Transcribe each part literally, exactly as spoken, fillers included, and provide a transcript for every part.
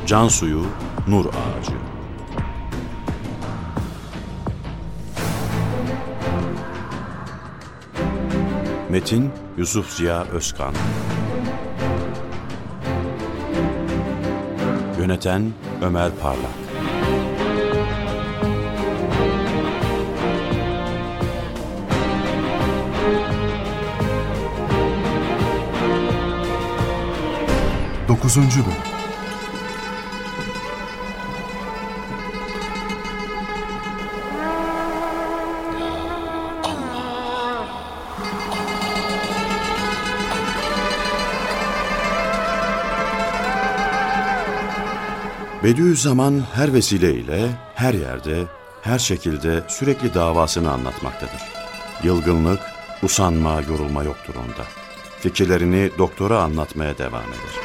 Can suyu, nur ağacı. Metin Yusuf Ziya Özkan. Yöneten Ömer Parlak. Dokuzuncu bölüm. Bediüzzaman her vesileyle, her yerde, her şekilde sürekli davasını anlatmaktadır. Yılgınlık, usanma, yorulma yoktur onda. Fikirlerini doktora anlatmaya devam eder.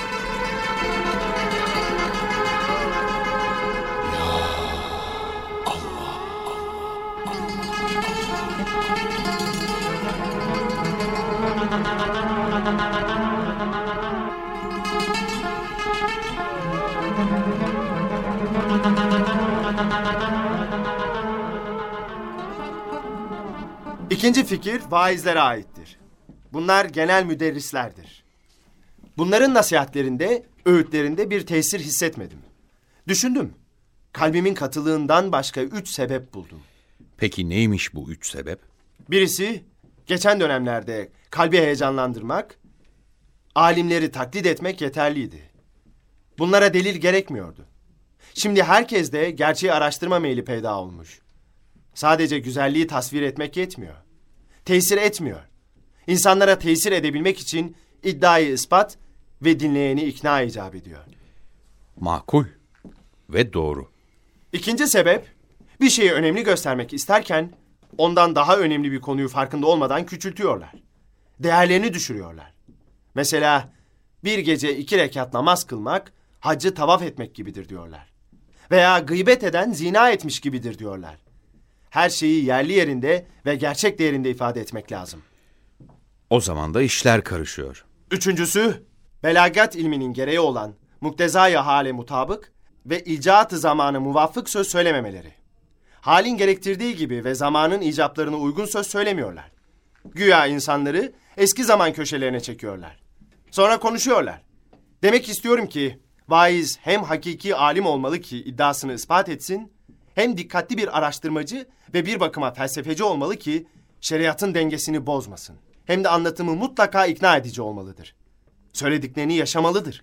İkinci fikir vaizlere aittir. Bunlar genel müderrislerdir. Bunların nasihatlerinde, öğütlerinde bir tesir hissetmedim. Düşündüm. Kalbimin katılığından başka üç sebep buldum. Peki neymiş bu üç sebep? Birisi, geçen dönemlerde kalbi heyecanlandırmak, alimleri taklit etmek yeterliydi. Bunlara delil gerekmiyordu. Şimdi herkes de gerçeği araştırma meyli peyda olmuş. Sadece güzelliği tasvir etmek yetmiyor. Tesir etmiyor. İnsanlara tesir edebilmek için iddiayı ispat ve dinleyeni ikna icap ediyor. Makul ve doğru. İkinci sebep, bir şeyi önemli göstermek isterken ondan daha önemli bir konuyu farkında olmadan küçültüyorlar. Değerlerini düşürüyorlar. Mesela bir gece iki rekat namaz kılmak, haccı tavaf etmek gibidir diyorlar. Veya gıybet eden zina etmiş gibidir diyorlar. Her şeyi yerli yerinde ve gerçek değerinde ifade etmek lazım. O zaman da işler karışıyor. Üçüncüsü, belagat ilminin gereği olan muktezaya hale mutabık ve icat-ı zamanı muvafık söz söylememeleri. Halin gerektirdiği gibi ve zamanın icaplarına uygun söz söylemiyorlar. Güya insanları eski zaman köşelerine çekiyorlar. Sonra konuşuyorlar. Demek istiyorum ki vaiz hem hakiki alim olmalı ki iddiasını ispat etsin, hem dikkatli bir araştırmacı ve bir bakıma felsefeci olmalı ki şeriatın dengesini bozmasın. Hem de anlatımı mutlaka ikna edici olmalıdır. Söylediklerini yaşamalıdır.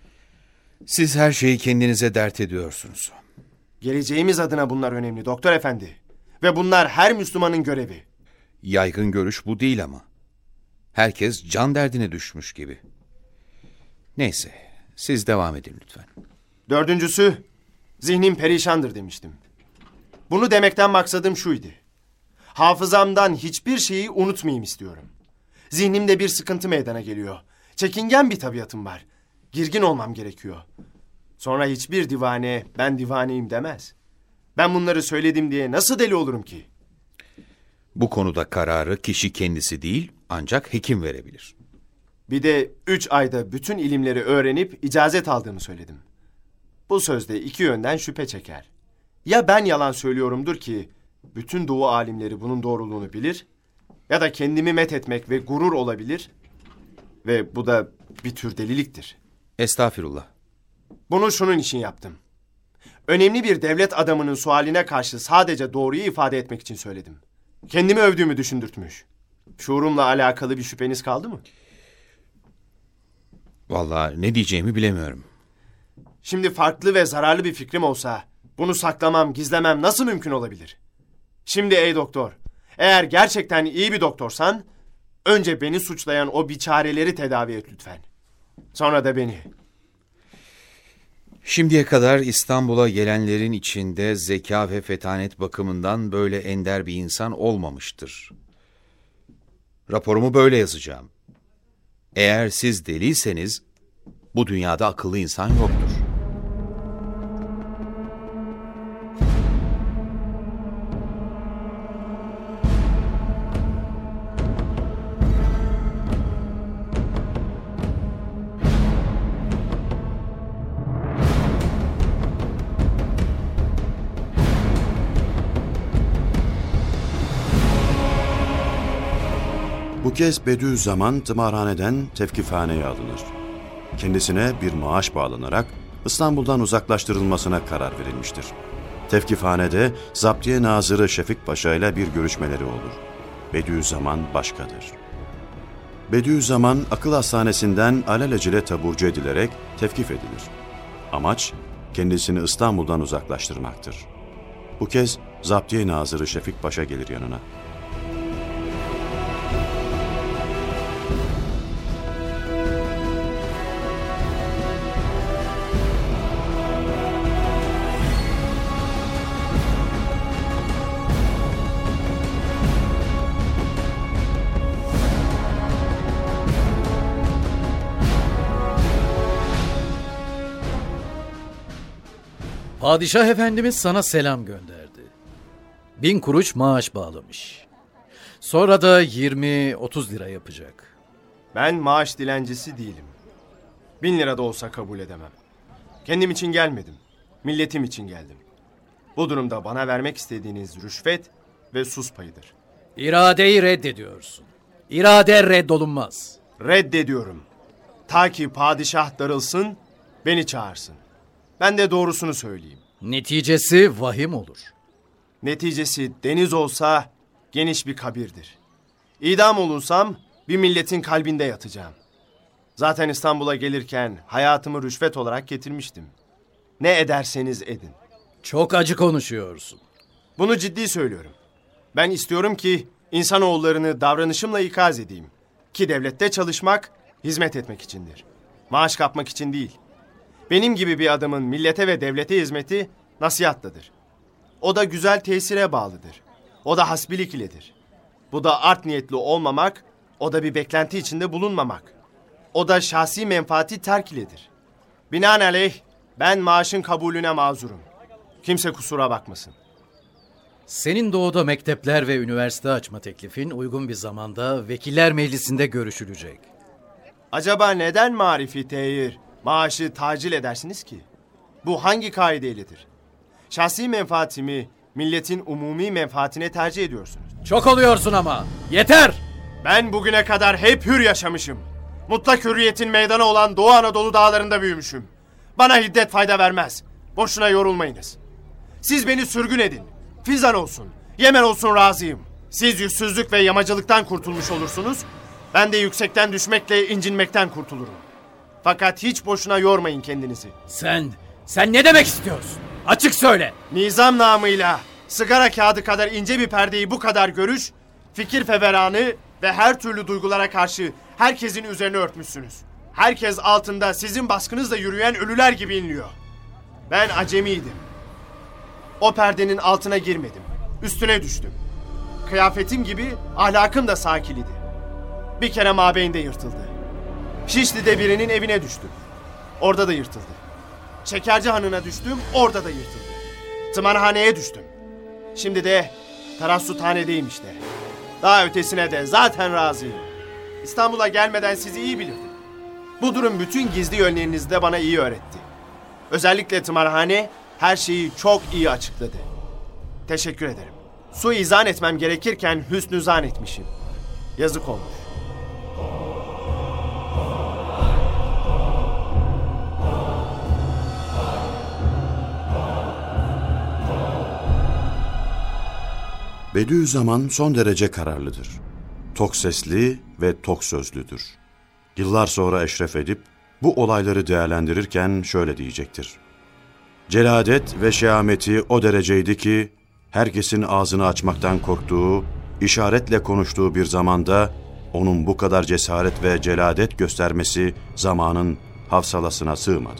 Siz her şeyi kendinize dert ediyorsunuz. Geleceğimiz adına bunlar önemli doktor efendi. Ve bunlar her Müslümanın görevi. Yaygın görüş bu değil ama. Herkes can derdine düşmüş gibi. Neyse, siz devam edin lütfen. Dördüncüsü, zihnim perişandır demiştim. Bunu demekten maksadım şuydu. Hafızamdan hiçbir şeyi unutmayayım istiyorum. Zihnimde bir sıkıntı meydana geliyor. Çekingen bir tabiatım var. Girgin olmam gerekiyor. Sonra hiçbir divane ben divaneyim demez. Ben bunları söyledim diye nasıl deli olurum ki? Bu konuda kararı kişi kendisi değil ancak hekim verebilir. Bir de üç ayda bütün ilimleri öğrenip icazet aldığımı söyledim. Bu sözde iki yönden şüphe çeker. Ya ben yalan söylüyorumdur ki bütün doğu alimleri bunun doğruluğunu bilir, ya da kendimi methetmek ve gurur olabilir ve bu da bir tür deliliktir. Estağfirullah. Bunu şunun için yaptım. Önemli bir devlet adamının sualine karşı sadece doğruyu ifade etmek için söyledim. Kendimi övdüğümü düşündürtmüş. Şuurumla alakalı bir şüpheniz kaldı mı? Vallahi ne diyeceğimi bilemiyorum. Şimdi farklı ve zararlı bir fikrim olsa bunu saklamam, gizlemem nasıl mümkün olabilir? Şimdi ey doktor, eğer gerçekten iyi bir doktorsan önce beni suçlayan o biçareleri tedavi et lütfen. Sonra da beni. Şimdiye kadar İstanbul'a gelenlerin içinde zeka ve fetanet bakımından böyle ender bir insan olmamıştır. Raporumu böyle yazacağım. Eğer siz deliyseniz bu dünyada akıllı insan yoktur. kez Bediüzzaman tımarhaneden tevkifhaneye alınır. Kendisine bir maaş bağlanarak İstanbul'dan uzaklaştırılmasına karar verilmiştir. Tevkifhanede Zaptiye Nazırı Şefik Paşa ile bir görüşmeleri olur. Bediüzzaman başkadır. Bediüzzaman akıl hastanesinden alelacele taburcu edilerek tevkif edilir. Amaç kendisini İstanbul'dan uzaklaştırmaktır. Bu kez Zaptiye Nazırı Şefik Paşa gelir yanına. Padişah Efendimiz sana selam gönderdi. Bin kuruş maaş bağlamış. Sonra da yirmi otuz lira yapacak. Ben maaş dilencisi değilim. Bin lira da olsa kabul edemem. Kendim için gelmedim. Milletim için geldim. Bu durumda bana vermek istediğiniz rüşvet ve sus payıdır. İradeyi reddediyorsun. İrade reddolunmaz. Reddediyorum. Ta ki padişah darılsın, beni çağırsın. Ben de doğrusunu söyleyeyim. Neticesi vahim olur. Neticesi deniz olsa geniş bir kabirdir. İdam olunsam bir milletin kalbinde yatacağım. Zaten İstanbul'a gelirken hayatımı rüşvet olarak getirmiştim. Ne ederseniz edin. Çok acı konuşuyorsun. Bunu ciddi söylüyorum. Ben istiyorum ki insanoğullarını davranışımla ikaz edeyim. Ki devlette çalışmak, hizmet etmek içindir. Maaş kapmak için değil. Benim gibi bir adamın millete ve devlete hizmeti nasihatladır. O da güzel tesire bağlıdır. O da hasbilik iledir. Bu da art niyetli olmamak, o da bir beklenti içinde bulunmamak. O da şahsi menfaati terk iledir. Binaenaleyh ben maaşın kabulüne mazurum. Kimse kusura bakmasın. Senin doğuda mektepler ve üniversite açma teklifin uygun bir zamanda Vekiller Meclisi'nde görüşülecek. Acaba neden marifi teyir, maaşı tacil edersiniz ki? Bu hangi kaideyledir? Şahsi menfaatimi milletin umumi menfaatine tercih ediyorsunuz. Çok oluyorsun ama. Yeter! Ben bugüne kadar hep hür yaşamışım. Mutlak hürriyetin meydanı olan Doğu Anadolu dağlarında büyümüşüm. Bana hiddet fayda vermez. Boşuna yorulmayınız. Siz beni sürgün edin. Fizan olsun, Yemen olsun razıyım. Siz yüzsüzlük ve yamacılıktan kurtulmuş olursunuz. Ben de yüksekten düşmekle incinmekten kurtulurum. Fakat hiç boşuna yormayın kendinizi. Sen, sen ne demek istiyorsun? Açık söyle. Nizam namıyla sigara kağıdı kadar ince bir perdeyi bu kadar görüş, fikir feveranı ve her türlü duygulara karşı herkesin üzerine örtmüşsünüz. Herkes altında sizin baskınızla yürüyen ölüler gibi inliyor. Ben acemiydim. O perdenin altına girmedim. Üstüne düştüm. Kıyafetim gibi ahlakım da sakiliydi. Bir kere mabeyinde yırtıldı. Şişli'de birinin evine düştüm. Orada da yırtıldı. Şekerci Hanı'na düştüm, orada da yırtıldı. Tımarhaneye düştüm. Şimdi de Tarassuthane'deyim işte. Daha ötesine de zaten razıyım. İstanbul'a gelmeden sizi iyi bilirdim. Bu durum bütün gizli yönlerinizi de bana iyi öğretti. Özellikle tımarhane her şeyi çok iyi açıkladı. Teşekkür ederim. Suizan etmem gerekirken hüsnü zan etmişim. Yazık olmuş. Bediüzzaman son derece kararlıdır. Tok sesli ve tok sözlüdür. Yıllar sonra eşref edip bu olayları değerlendirirken şöyle diyecektir. Celadet ve şehameti o dereceydi ki herkesin ağzını açmaktan korktuğu, işaretle konuştuğu bir zamanda onun bu kadar cesaret ve celadet göstermesi zamanın hafsalasına sığmadı.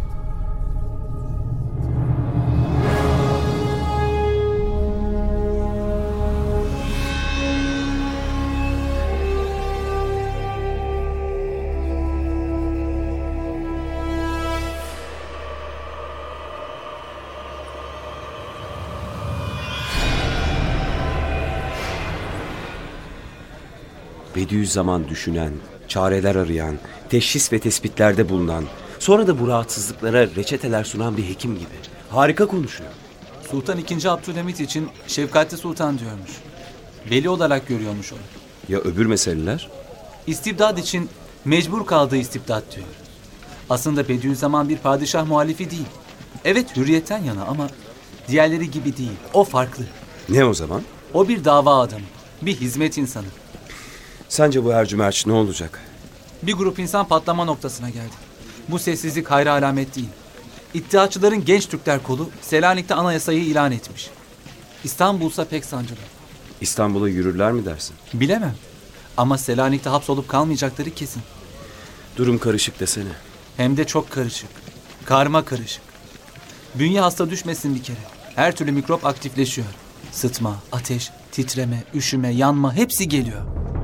Bediüzzaman düşünen, çareler arayan, teşhis ve tespitlerde bulunan, sonra da bu rahatsızlıklara reçeteler sunan bir hekim gibi. Harika konuşuyor. Sultan ikinci. Abdülhamit için Şefkatli Sultan diyormuş. Veli olarak görüyormuş onu. Ya öbür meseleler? İstibdat için mecbur kaldığı istibdat diyor. Aslında Bediüzzaman bir padişah muhalifi değil. Evet, hürriyetten yana ama diğerleri gibi değil. O farklı. Ne o zaman? O bir dava adamı, bir hizmet insanı. Sence bu Ercümerç ne olacak? Bir grup insan patlama noktasına geldi. Bu sessizlik hayra alamet değil. İttihatçıların Genç Türkler Kolu Selanik'te anayasayı ilan etmiş. İstanbul'sa pek sancılı. İstanbul'a yürürler mi dersin? Bilemem. Ama Selanik'te hapsolup kalmayacakları kesin. Durum karışık desene. Hem de çok karışık. Karma karışık. Bünye hasta düşmesin bir kere. Her türlü mikrop aktifleşiyor. Sıtma, ateş, titreme, üşüme, yanma hepsi geliyor.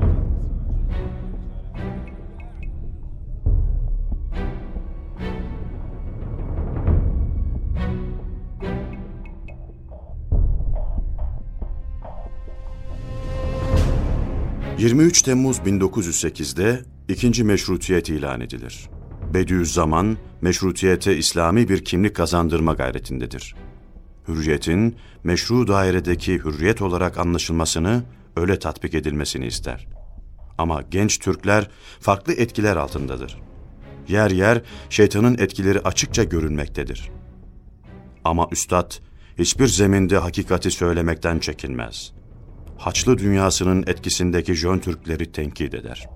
yirmi üç Temmuz bin dokuz yüz sekizde ikinci meşrutiyet ilan edilir. Bediüzzaman, meşrutiyete İslami bir kimlik kazandırma gayretindedir. Hürriyetin, meşru dairedeki hürriyet olarak anlaşılmasını, öyle tatbik edilmesini ister. Ama genç Türkler farklı etkiler altındadır. Yer yer şeytanın etkileri açıkça görünmektedir. Ama üstad, hiçbir zeminde hakikati söylemekten çekinmez. Haçlı dünyasının etkisindeki Jön Türkleri tenkit eder.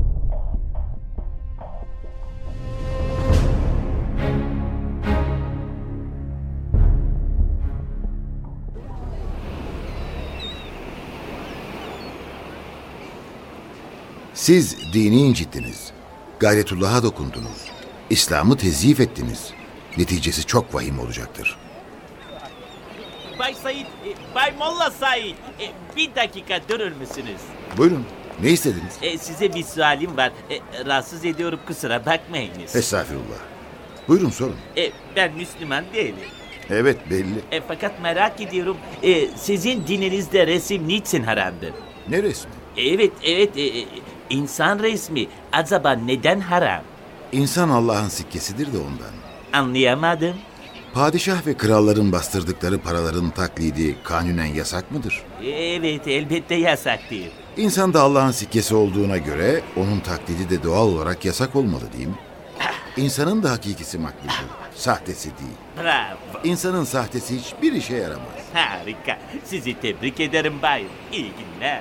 Siz dini incittiniz, gayretullah'a dokundunuz, İslam'ı tezyif ettiniz. Neticesi çok vahim olacaktır. Bay Said, e, Bay Molla Said, e, bir dakika durur musunuz? Buyurun, ne istediniz? E, size bir sualim var. E, rahatsız ediyorum, kusura bakmayınız. Estağfurullah. Buyurun sorun. E, ben Müslüman değilim. Evet, belli. E, fakat merak ediyorum, e, sizin dininizde resim niçin haramdır? Ne resmi? E, evet, evet, e, e, insan resmi acaba neden haram? İnsan Allah'ın sikkesidir de ondan. Anlayamadım. Padişah ve kralların bastırdıkları paraların taklidi kanunen yasak mıdır? E, evet, elbette yasak değil. İnsan da Allah'ın sikkesi olduğuna göre onun taklidi de doğal olarak yasak olmalı değil mi? İnsanın da hakikisi makbuldür, sahtesi değil. Bravo, İnsanın sahtesi hiçbir işe yaramaz. harika. Sizi tebrik ederim bayım. İyi günler.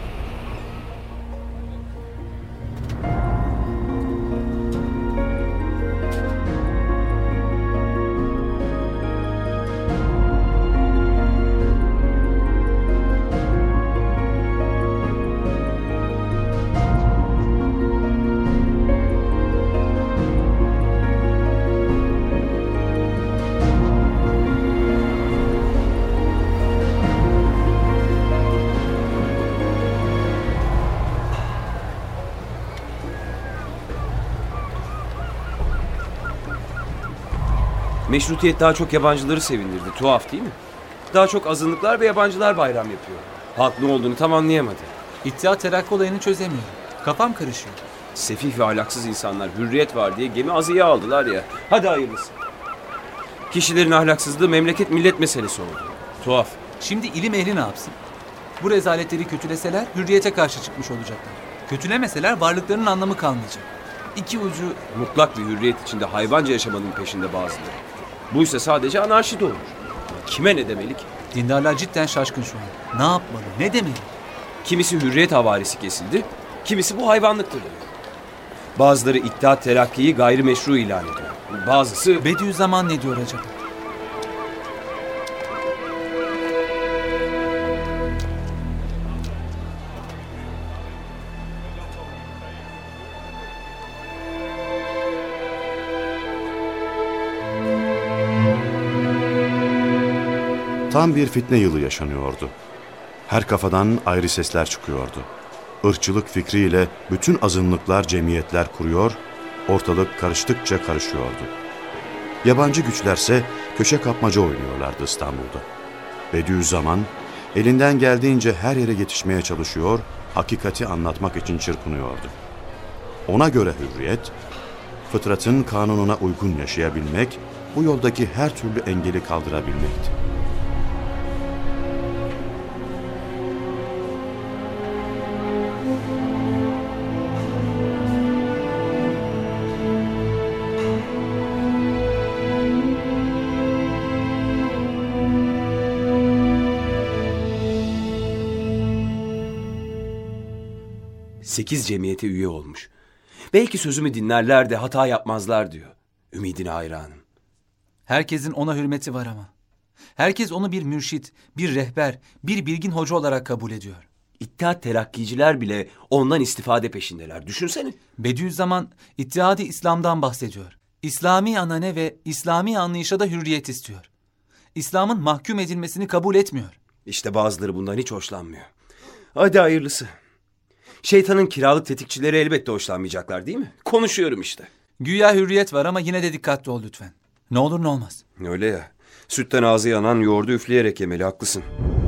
Meşrutiyet daha çok yabancıları sevindirdi. Tuhaf değil mi? Daha çok azınlıklar ve yabancılar bayram yapıyor. Halk ne olduğunu tam anlayamadı. İttihat terakki olayını çözemiyorum. Kafam karışıyor. Sefih ve ahlaksız insanlar hürriyet var diye gemi azıya aldılar ya. Hadi hayırlısı. Kişilerin ahlaksızlığı memleket millet meselesi oldu. Tuhaf. Şimdi ilim ehli ne yapsın? Bu rezaletleri kötüleseler hürriyete karşı çıkmış olacaklar. Kötülemeseler varlıklarının anlamı kalmayacak. İki ucu... Mutlak bir hürriyet içinde hayvanca yaşamanın peşinde bazıları. Bu ise sadece anarşi doğurur. Kime ne demeli ki? Dindarlar cidden şaşkın şu an. Ne yapmalı, ne demeli? Kimisi hürriyet havarisi kesildi, kimisi bu hayvanlıktır diyor. Bazıları İttihat Terakki'yi gayrimeşru ilan ediyor. Bazısı... Bediüzzaman ne diyor acaba? Tam bir fitne yılı yaşanıyordu. Her kafadan ayrı sesler çıkıyordu. Irkçılık fikriyle bütün azınlıklar cemiyetler kuruyor, ortalık karıştıkça karışıyordu. Yabancı güçlerse köşe kapmaca oynuyorlardı İstanbul'da. Bediüzzaman elinden geldiğince her yere yetişmeye çalışıyor, hakikati anlatmak için çırpınıyordu. Ona göre hürriyet, fıtratın kanununa uygun yaşayabilmek, bu yoldaki her türlü engeli kaldırabilmekti. Sekiz cemiyete üye olmuş. Belki sözümü dinlerler de hata yapmazlar diyor. Ümidine hayranım. Herkesin ona hürmeti var ama. Herkes onu bir mürşit, bir rehber, bir bilgin hoca olarak kabul ediyor. İttihat terakkiciler bile ondan istifade peşindeler. Düşünsene. Bediüzzaman İttihad-ı İslam'dan bahsediyor. İslami anane ve İslami anlayışa da hürriyet istiyor. İslam'ın mahkum edilmesini kabul etmiyor. İşte bazıları bundan hiç hoşlanmıyor. Hadi hayırlısı. Şeytanın kiralık tetikçileri elbette hoşlanmayacaklar değil mi? Konuşuyorum işte. Güya hürriyet var ama yine de dikkatli ol lütfen. Ne olur ne olmaz. Öyle ya. Sütten ağzı yanan yoğurdu üfleyerek yemeli, haklısın.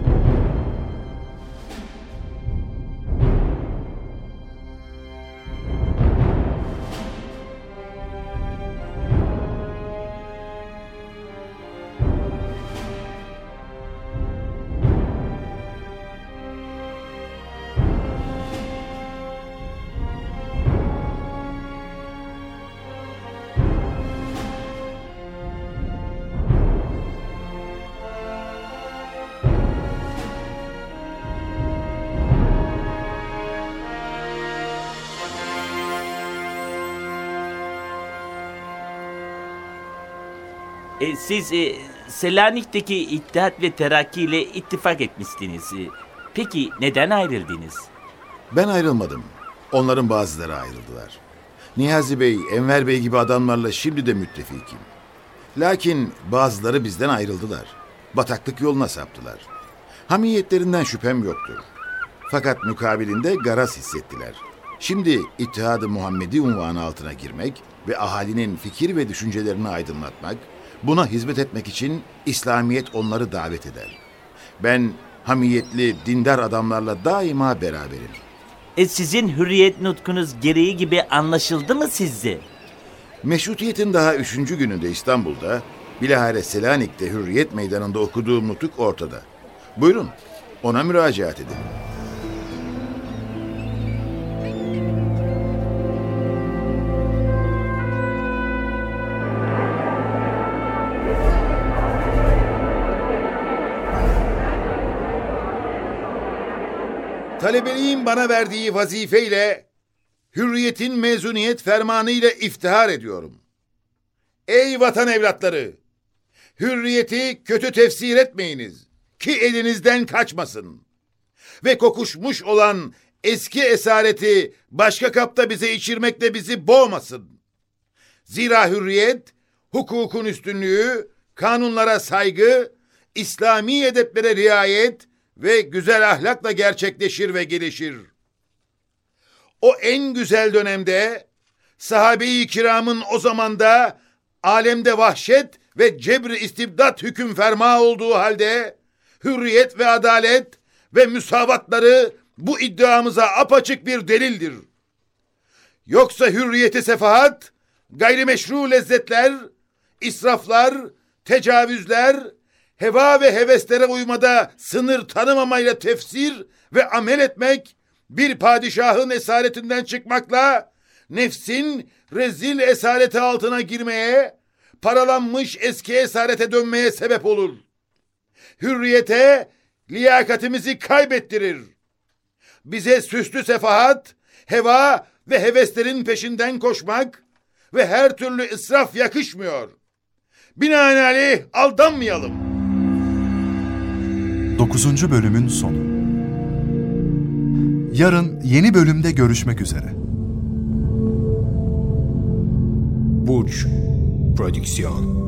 E, siz e, Selanik'teki İttihat ve Terakki ile ittifak etmiştiniz. E, peki neden ayrıldınız? Ben ayrılmadım. Onların bazıları ayrıldılar. Niyazi Bey, Enver Bey gibi adamlarla şimdi de müttefikim. Lakin bazıları bizden ayrıldılar. Bataklık yoluna saptılar. Hamiyetlerinden şüphem yoktur. Fakat mukabilinde garaz hissettiler. Şimdi İttihad-ı Muhammedi unvanı altına girmek ve ahalinin fikir ve düşüncelerini aydınlatmak, buna hizmet etmek için İslamiyet onları davet eder. Ben hamiyetli, dindar adamlarla daima beraberim. E, sizin hürriyet nutkunuz gereği gibi anlaşıldı mı sizce? Meşrutiyetin daha üçüncü gününde İstanbul'da, bilahare Selanik'te Hürriyet Meydanı'nda okuduğum nutuk ortada. Buyurun, ona müracaat edin. Talebeliğin bana verdiği vazifeyle Hürriyet'in mezuniyet fermanı ile iftihar ediyorum. Ey vatan evlatları! Hürriyeti kötü tefsir etmeyiniz ki elinizden kaçmasın. Ve kokuşmuş olan eski esareti başka kapta bize içirmekle bizi boğmasın. Zira hürriyet, hukukun üstünlüğü, kanunlara saygı, İslami edeplere riayet ve güzel ahlakla gerçekleşir ve gelişir. O en güzel dönemde, sahabe-i kiramın o zamanda alemde vahşet ve cebr-i istibdat hüküm ferma olduğu halde, hürriyet ve adalet ve müsavatları bu iddiamıza apaçık bir delildir. Yoksa hürriyeti sefahat, gayrimeşru lezzetler, israflar, tecavüzler, heva ve heveslere uymada sınır tanımamayla tefsir ve amel etmek, bir padişahın esaretinden çıkmakla nefsin rezil esareti altına girmeye, paralanmış eski esarete dönmeye sebep olur. Hürriyete liyakatimizi kaybettirir. Bize süslü sefahat, heva ve heveslerin peşinden koşmak ve her türlü israf yakışmıyor. Binaenaleyh aldanmayalım. dokuzuncu bölümün sonu. Yarın yeni bölümde görüşmek üzere. Burç Prodüksiyon.